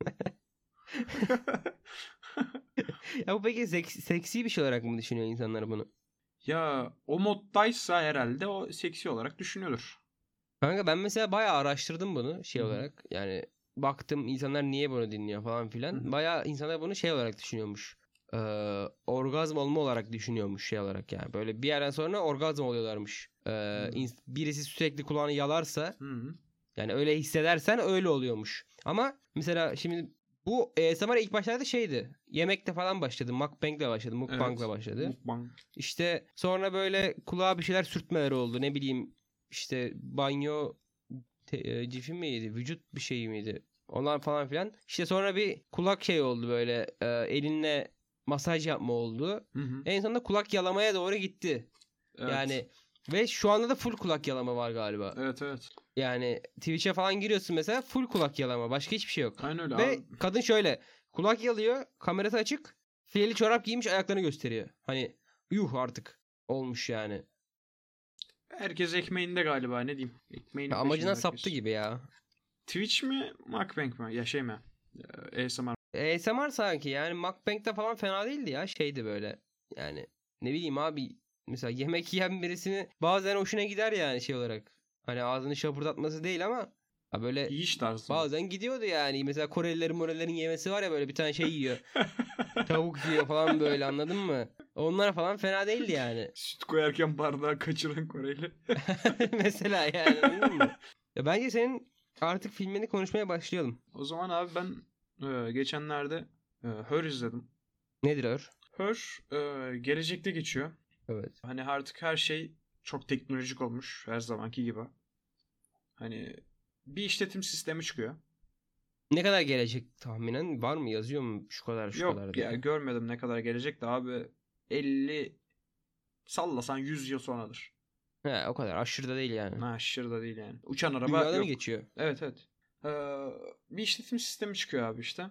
Ya bu peki seks- seksi bir şey olarak mı düşünüyor insanlar bunu? Ya o moddaysa herhalde o seksi olarak düşünüyordur. Kanka ben mesela bayağı araştırdım bunu şey Hı hı. olarak. Yani baktım insanlar niye bunu dinliyor falan filan. Hı hı. Bayağı insanlar bunu şey olarak düşünüyormuş. Ee, orgazm olma olarak düşünüyormuş şey olarak yani. Böyle bir yerden sonra orgazm oluyorlarmış. Ee, Hı. ins- birisi sürekli kulağını yalarsa Hı hı. Yani öyle hissedersen öyle oluyormuş. Ama mesela şimdi bu A S M R ilk başlarda şeydi. Yemekte falan başladı. Mukbang'le başladı. Mukbang'la Evet. başladı. Mukbang. İşte sonra böyle kulağa bir şeyler sürtmeler oldu. Ne bileyim işte banyo te- e, cifi miydi? Vücut bir şey miydi? Onlar falan filan. İşte sonra bir kulak şey oldu böyle. e, elinle masaj yapma oldu. Hı hı. En sonunda kulak yalamaya doğru gitti. Evet. Yani ve şu anda da full kulak yalama var galiba. Evet evet. Yani Twitch'e falan giriyorsun mesela full kulak yalama. Başka hiçbir şey yok. Aynen öyle Ve abi. kadın şöyle kulak yalıyor, kamerası açık, fileli çorap giymiş, ayaklarını gösteriyor. Hani yuh artık olmuş yani. Herkes ekmeğinde galiba, ne diyeyim. Ekmeğinin Ya amacına peşinde saptı herkes. gibi ya. Twitch mi? Mukbang mi? Ya şey mi? Ee, A S M R. A S M R sanki yani Mukbang'de falan fena değildi ya. Şeydi böyle yani ne bileyim abi mesela yemek yiyen birisini bazen hoşuna gider yani şey olarak. Hani ağzını şapırdatması değil ama ha böyle Yiyiş tarzı. bazen gidiyordu yani. Mesela Korelilerin Morelilerin yemesi var ya böyle bir tane şey yiyor. Tavuk yiyor falan böyle anladın mı? Onlar falan fena değildi yani. Süt koyarken bardağı kaçıran Koreli. Mesela yani anladın mı? Ya bence senin artık filmini konuşmaya başlayalım. O zaman abi ben e, geçenlerde e, Her izledim. Nedir o? Her e, gelecekte geçiyor. Evet. Hani artık her şey çok teknolojik olmuş her zamanki gibi. Hani bir işletim sistemi çıkıyor. Ne kadar gelecek tahminen? Var mı? Yazıyor mu şu kadar şu kadar Yok diye? ya, görmedim ne kadar gelecek de abi, elli sallasan yüz yıl sonradır. He, o kadar aşırı da değil yani. Ha, aşırı da değil yani. Uçan araba Dünyada yok. mı geçiyor? Evet evet. Ee, bir işletim sistemi çıkıyor abi işte.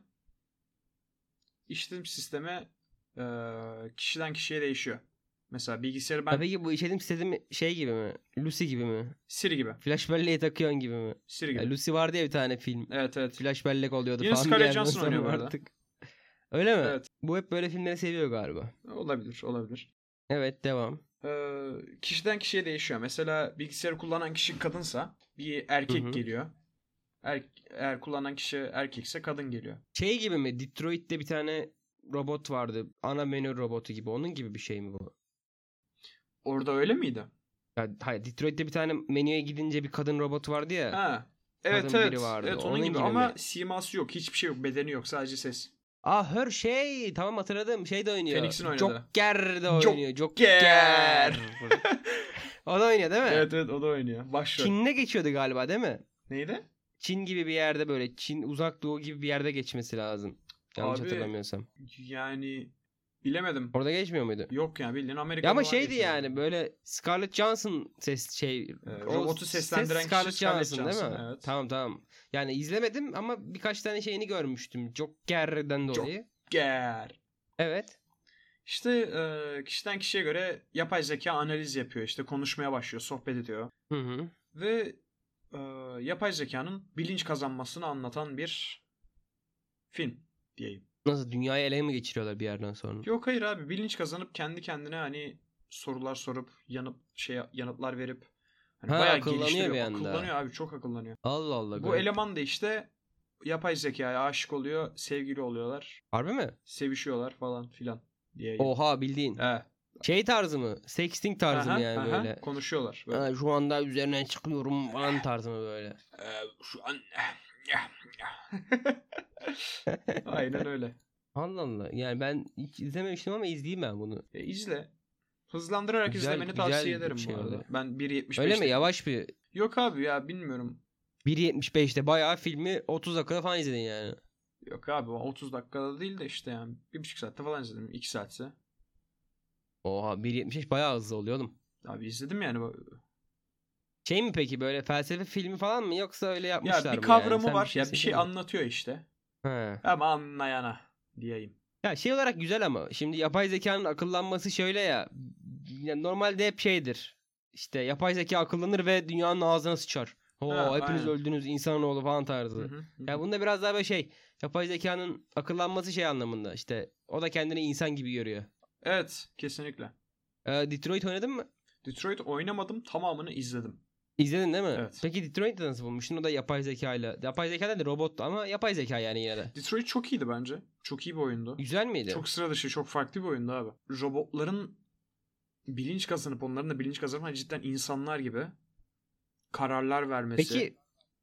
İşletim sistemi e, kişiden kişiye değişiyor. Mesela bilgisayarı Ha ben peki bu işletim sistemi şey gibi mi? Lucy gibi mi? Siri gibi. Flash belleği takıyorsun gibi mi? Siri Ya gibi. Lucy vardı ya bir tane film. Evet evet. Flash bellek oluyordu Yine falan bir Scarlett yerden Johansson sonra oynuyor bu arada. artık. Öyle mi? Evet. Bu hep böyle filmleri seviyor galiba. Olabilir olabilir. Evet devam. Ee, kişiden kişiye değişiyor. Mesela bilgisayarı kullanan kişi kadınsa bir erkek Hı hı. geliyor. Er, eğer kullanan kişi erkekse kadın geliyor. Şey gibi mi? Detroit'te bir tane robot vardı. Ana menü robotu gibi. Onun gibi bir şey mi bu? Orada öyle miydi? Ya, hayır, Detroit'te bir tane menüye gidince bir kadın robotu vardı ya. Ha. Evet Kadın biri evet. vardı. Evet onun, Onun gibi, gibi ama mi? siması yok. Hiçbir şey yok. Bedeni yok. Sadece ses. Ah her şey. Tamam hatırladım. Şey de oynuyor. Phoenix'in oynadı. Joker de oynuyor. Joker. Joker. O da oynuyor değil mi? Evet evet o da oynuyor. Başrol. Çin'de geçiyordu galiba değil mi? Neydi? Çin gibi bir yerde böyle. Çin uzak doğu gibi bir yerde geçmesi lazım. Yanlış Abi, hatırlamıyorsam. Yani bilemedim. Orada geçmiyor muydu? Yok yani bildiğin Amerika Ya ama falan şeydi geçiyor. yani böyle Scarlett Johansson ses şey Ee, o robotu seslendiren ses kişi Scarlett Scarlett Johansson değil mi? Johansson, evet. Tamam tamam. Yani izlemedim ama birkaç tane şeyini görmüştüm. Joker'den dolayı. Joker. Evet. İşte e, kişiden kişiye göre yapay zeka analiz yapıyor. İşte konuşmaya başlıyor, sohbet ediyor. Hı hı. Ve e, yapay zekanın bilinç kazanmasını anlatan bir film diyeyim. Nasıl dünyayı ele mi geçiriyorlar bir yerden sonra? Yok hayır abi, bilinç kazanıp kendi kendine hani sorular sorup yanıp şey yanıtlar verip hani Ha, bayağı akıllanıyor geliştiriyor. bir anda. Akıllanıyor abi, çok akıllanıyor. Allah Allah. Bu garip. eleman da işte yapay zekaya aşık oluyor, sevgili oluyorlar, Harbi mi? sevişiyorlar falan filan diyeyim. Oha bildiğin. He. Şey tarzı mı? Sexting tarzı Aha, mı yani aha, böyle? konuşuyorlar. Böyle. Ha, şu anda üzerine çıkıyorum falan tarzı mı böyle? Ee, şu an aynen öyle. Allah Allah. Yani ben hiç izlememiştim ama izleyeyim ben bunu. E, izle. Hızlandırarak Güzel- izlemeni güzel tavsiye bir ederim şey bu arada. oluyor. Ben bir yetmiş beş Öyle mi? Yavaş bir. Yok abi ya, bilmiyorum. bir yetmiş beşte bayağı filmi otuz dakikada falan izledin yani. Yok abi, otuz dakikada değil de işte yani bir buçuk saatte falan izledim. iki saatse. Oha bir yetmiş beş bayağı hızlı oluyor oğlum. Abi izledim yani. Şey mi peki böyle felsefe filmi falan mı yoksa öyle yapmışlar Ya bir mı kavramı yani? Sen var. şey ya bir şey hissettin mi? anlatıyor işte. He. Ama anlayana diyeyim. Ya şey olarak güzel ama şimdi yapay zekanın akıllanması şöyle ya. Yani normalde hep şeydir. İşte yapay zeka akıllanır ve dünyanın ağzına sıçar. Oo Ha, hepiniz aynen. öldünüz insanoğlu falan tarzı. Hı hı, hı. Ya bunda biraz daha böyle şey. Yapay zekanın akıllanması şey anlamında. İşte o da kendini insan gibi görüyor. Evet, kesinlikle. Ee, Detroit oynadın mı? Detroit oynamadım, tamamını izledim. İzledin değil mi? Evet. Peki Detroit'te nasıl bulmuştun? O da yapay zekayla. Yapay zeka değil de robottu ama yapay zeka yani yine de. Detroit çok iyiydi bence. Çok iyi bir oyundu. Güzel miydi? Çok sıra dışı, çok farklı bir oyundu abi. Robotların bilinç kazanıp onların da bilinç kazanıp hani cidden insanlar gibi kararlar vermesi. Peki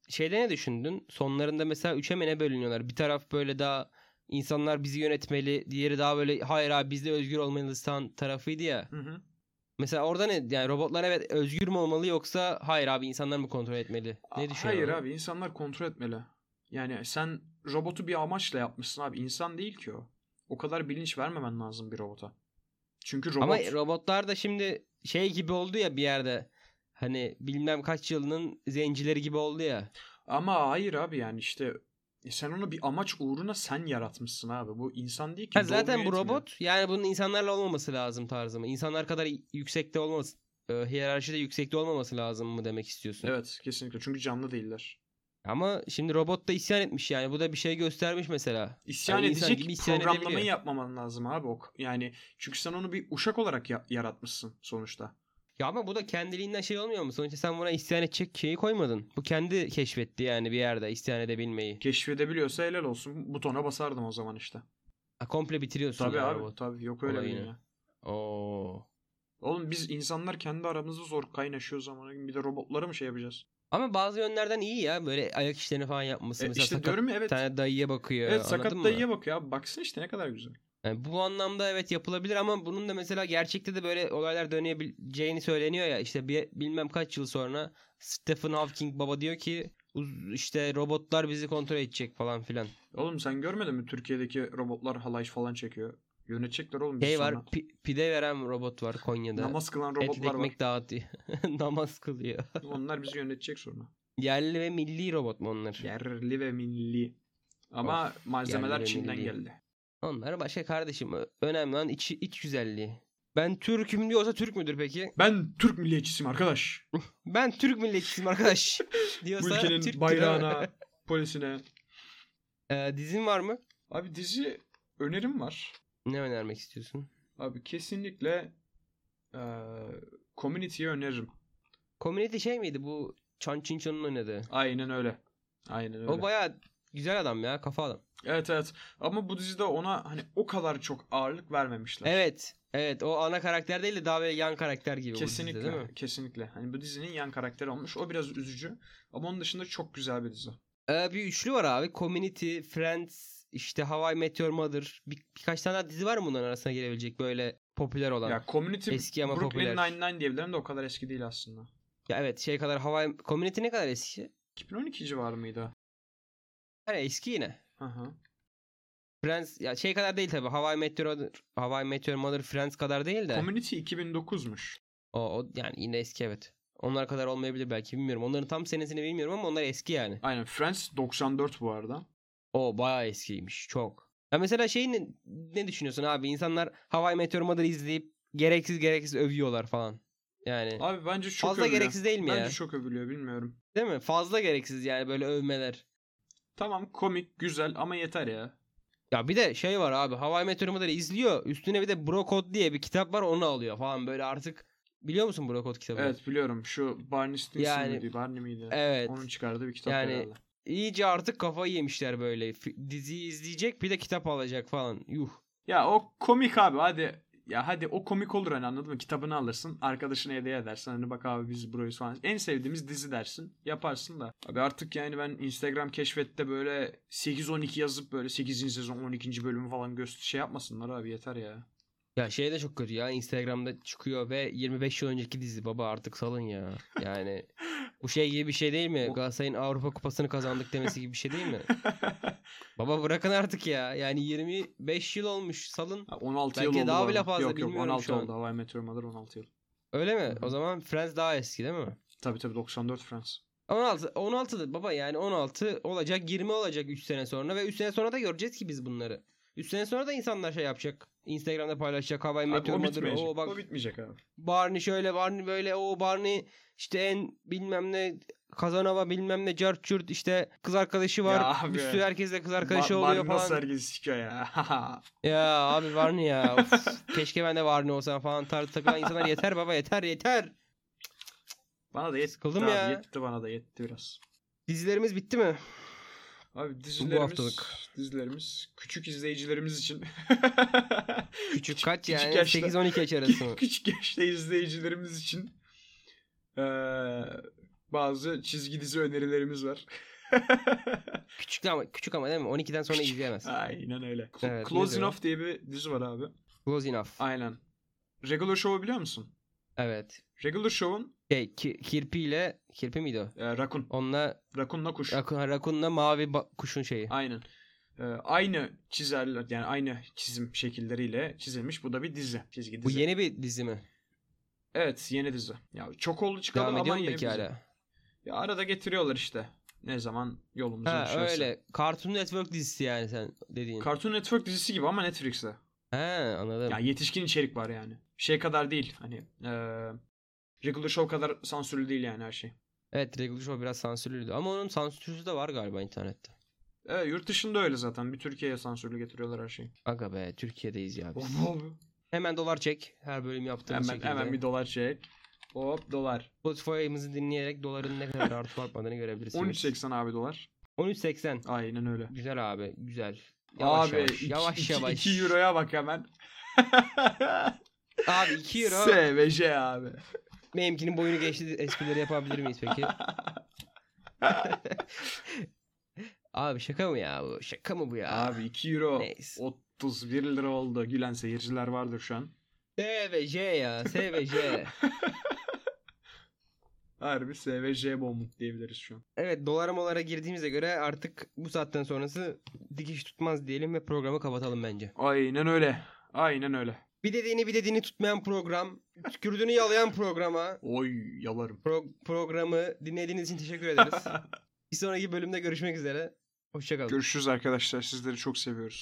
şeyde ne düşündün? Sonlarında mesela üçe mi ne bölünüyorlar? Bir taraf böyle daha insanlar bizi yönetmeli, diğeri daha böyle hayır abi biz de özgür olmalıyız tarafıydı ya. Hı hı. Mesela orada ne? Yani robotlar evet özgür mü olmalı yoksa hayır abi insanlar mı kontrol etmeli? Ne düşünüyorsun? Hayır abi, insanlar kontrol etmeli. Yani sen robotu bir amaçla yapmışsın abi. İnsan değil ki o. O kadar bilinç vermemen lazım bir robota. Çünkü robot... Ama robotlar da şimdi şey gibi oldu ya bir yerde. Hani bilmem kaç yılının zencileri gibi oldu ya. Ama hayır abi, yani işte e sen onu bir amaç uğruna sen yaratmışsın abi. Bu insan değil ki. Ha, zaten doğmuyor bu etmiyor. robot yani bunun insanlarla olmaması lazım tarzı mı? İnsanlar kadar yüksekte olmaması, e, hiyerarşide yüksekte olmaması lazım mı demek istiyorsun? Evet, kesinlikle. Çünkü canlı değiller. Ama şimdi robot da isyan etmiş yani. Bu da bir şey göstermiş mesela. İsyan Yani insan edecek gibi isyan programlamayı edebiliyor. yapmaman lazım abi. O, yani çünkü sen onu bir uşak olarak ya- yaratmışsın sonuçta. Ya ama bu da kendiliğinden şey olmuyor mu? Sonuçta sen buna isyan edecek şeyi koymadın. Bu kendi keşfetti yani bir yerde isyan edebilmeyi. Keşfedebiliyorsa helal olsun. Butona basardım o zaman işte. Ha, komple bitiriyorsun Tabii yani abi, robot tabii. Yok öyle bir olayını. dünya. Oo. Oğlum biz insanlar kendi aramızda zor kaynaşıyoruz ama bir de robotlara mı şey yapacağız? Ama bazı yönlerden iyi ya. Böyle ayak işlerini falan yapması. E, Mesela işte sakat diyorum ya, bir evet. tane dayıya bakıyor. Evet, Anladın sakat mı? dayıya bakıyor abi. Baksana işte ne kadar güzel. Yani bu anlamda evet yapılabilir ama bunun da mesela gerçekte de böyle olaylar dönebileceğini söyleniyor ya. İşte bir, bilmem kaç yıl sonra Stephen Hawking baba diyor ki "Uz- işte robotlar bizi kontrol edecek falan filan. Oğlum sen görmedin mi? Türkiye'deki robotlar halay falan çekiyor. Yönetecekler oğlum bizi Şey var sonra. pi- pide veren robot var Konya'da. Namaz kılan Etli robotlar var. ekmek dağıtıyor. Namaz kılıyor. Onlar bizi yönetecek sonra. Yerli ve milli robot mu onlar? Yerli ve milli. Ama Of, malzemeler yerli ve Çin'den milli. geldi. Onlar başka kardeşim. Ö- Önemli olan iç, iç güzelliği. Ben Türk'üm diyorsa Türk müdür peki? Ben Türk milliyetçisiyim arkadaş. Ben Türk milliyetçisiyim arkadaş Bu diyorsa ülkenin Türk'tür. bayrağına, polisine. Ee, dizin var mı? Abi dizi önerim var. Ne önermek istiyorsun? Abi kesinlikle eee Community'yi öneririm. Community şey miydi bu Chan Chin Chon'un oynadığı? Aynen öyle. Aynen öyle. O baya güzel adam ya, kafa adam. Evet evet. Ama bu dizide ona hani o kadar çok ağırlık vermemişler. Evet. Evet, o ana karakter değil de daha böyle yan karakter gibi bu Kesinlikle. dizide, değil mi? Kesinlikle. Hani bu dizinin yan karakteri olmuş. O biraz üzücü. Ama onun dışında çok güzel bir dizi. Ee, bir üçlü var abi. Community, Friends, işte How I Met Your Mother. Bir, birkaç tane daha dizi var mı bunların arasına gelebilecek böyle popüler olan? Ya Community, Eski ama Brooklyn popüler. Nine-Nine diyebilirim de o kadar eski değil aslında. Ya evet, şey kadar How I... Community ne kadar eski? iki bin on iki civarı mıydı? Yani eski yine. Hı hı. Friends ya şey kadar değil tabii. How I Met Your Mother, How I Met Your Mother Friends kadar değil de. Community iki bin dokuzmuş. O, o yani yine eski evet. Onlar kadar olmayabilir belki, bilmiyorum. Onların tam senesini bilmiyorum ama onlar eski yani. Aynen. Friends doksan dört bu arada. O bayağı eskiymiş çok. Ya mesela şey ne, ne düşünüyorsun abi? İnsanlar How I Met Your Mother'ı izleyip gereksiz gereksiz övüyorlar falan. Yani Abi bence çok fazla övülüyor. gereksiz değil mi bence ya? Bence çok övülüyor, bilmiyorum. Değil mi? Fazla gereksiz yani böyle övmeler. Tamam, komik, güzel ama yeter ya. Ya bir de şey var abi. How I Met Your Mother'ı izliyor. Üstüne bir de Bro Code diye bir kitap var, onu alıyor falan böyle artık. Biliyor musun Bro Code kitabını? Evet biliyorum. Şu Barney Stinson Yani, mıydı? Barney miydi? Evet. Onun çıkardığı bir kitap Yani herhalde. iyice artık kafayı yemişler böyle. F- diziyi izleyecek bir de kitap alacak falan. Yuh. Ya o komik abi, hadi. Ya hadi o komik olur hani, anladın mı? Kitabını alırsın. Arkadaşına hediye edersin. Hani bak abi biz burayız falan. En sevdiğimiz dizi dersin. Yaparsın da. Abi artık yani ben Instagram keşfette böyle sekiz on iki yazıp böyle sekizinci sezon on ikinci bölümü falan göster şey yapmasınlar abi, yeter ya. Ya şey de çok kötü ya. Instagram'da çıkıyor ve yirmi beş yıl önceki dizi. Baba artık salın ya. Yani bu şey gibi bir şey değil mi? O- Galatasaray'ın Avrupa Kupası'nı kazandık demesi gibi bir şey değil mi? Baba bırakın artık ya. Yani yirmi beş yıl olmuş, salın. Ha, on altı Belki yıl oldu daha bu bile arada. fazla, Yok yok bilmiyorum on altı şu an. oldu. How I Met Your Mother on altı yıl. Öyle mi? Hı hı. O zaman Friends daha eski değil mi? Tabii tabii doksan dört Friends. on altı on altıdır baba, yani on altı olacak, yirmi olacak üç sene sonra ve üç sene sonra da göreceğiz ki biz bunları. üç sene sonra da insanlar şey yapacak. Instagram'da paylaşacak. How I Met Abi Your o Mother. bitmeyecek. O bak O bitmeyecek abi. Barney şöyle, Barney böyle, o Barney işte en bilmem ne Kazanova bilmem ne cart curt, işte kız arkadaşı var. Ya abi. Bir sürü herkesle kız arkadaşı Ba- oluyor Barney nasıl falan. herkesi sikiyor ya. Ya abi Barney ya. Of, keşke ben de Barney olsam falan tarzı takılan insanlar yeter baba, yeter yeter. Bana da yetti Sıkıldım abi. ya. Yetti bana da, yetti biraz. Dizilerimiz bitti mi? Abi dizilerimiz, haftalık. dizilerimiz küçük izleyicilerimiz için. Küçük kaç yani? yaşta- sekiz on iki yaş arası mı? Küçük yaşta izleyicilerimiz için eee, Bazı çizgi dizi önerilerimiz var. Küçük ama küçük ama değil mi? on ikiden sonra izleyemez. Aynen öyle. Evet, Close nedir o? Enough diye bir dizi var abi. Close enough. Aynen. Regular Show'u biliyor musun? Evet. Regular Show'un Şey, ki, kirpiyle kirpi miydi o? e, Rakun. Onunla Rakun'la kuş. Rakun, Rakun'la mavi ba- kuşun şeyi. Aynen. E, aynı çizerler yani aynı çizim şekilleriyle çizilmiş. Bu da bir dizi. Çizgi dizi. Bu yeni bir dizi mi? Evet, yeni dizi. Ya çok oldu çıkalı Devam ama ediyor mu yeni peki bir dizi. hala? Ya arada getiriyorlar işte. Ne zaman yolumuza Ha düşerse. öyle. Cartoon Network dizisi yani sen dediğin. Cartoon Network dizisi gibi ama Netflix'te. He anladım. Yani yetişkin içerik var yani. Şey kadar değil. Hani eee Regular Show kadar sansürlü değil yani her şey. Evet, Regular Show biraz sansürlüydü ama onun sansürsüzü de var galiba internette. Evet, yurt dışında öyle zaten. Bir Türkiye'ye sansürlü getiriyorlar her şeyi. Aga be, Türkiye'deyiz ya biz. Of, of. Hemen dolar çek. Her bölüm yaptığımız Hemen şekilde. hemen bir dolar çek. Hop dolar. Spotify'ımızı dinleyerek doların ne kadar artıp artmadığını görebilirsiniz. on üç seksen abi dolar. on üç seksen. Aynen öyle. Güzel abi, güzel. Yavaş abi yavaş. iki, Yavaş iki, yavaş. iki euroya bak hemen. Abi iki euro. S ve J abi. Benimkinin boyunu geçti esprileri yapabilir miyiz peki? Abi şaka mı ya bu? Şaka mı bu ya? Abi iki euro Neyse. otuz bir lira oldu. Gülen seyirciler vardır şu an. S ve J ya. S ve J. Harbi S ve J bombuk diyebiliriz şu an. Evet, dolara molara girdiğimize göre artık bu saatten sonrası dikiş tutmaz diyelim ve programı kapatalım bence. Aynen öyle. Aynen öyle. Bir dediğini bir dediğini tutmayan program, tükürdüğünü yalayan programa, Oy yalarım. pro- programı dinlediğiniz için teşekkür ederiz. Bir sonraki bölümde görüşmek üzere. Hoşçakalın. Görüşürüz arkadaşlar. Sizleri çok seviyoruz.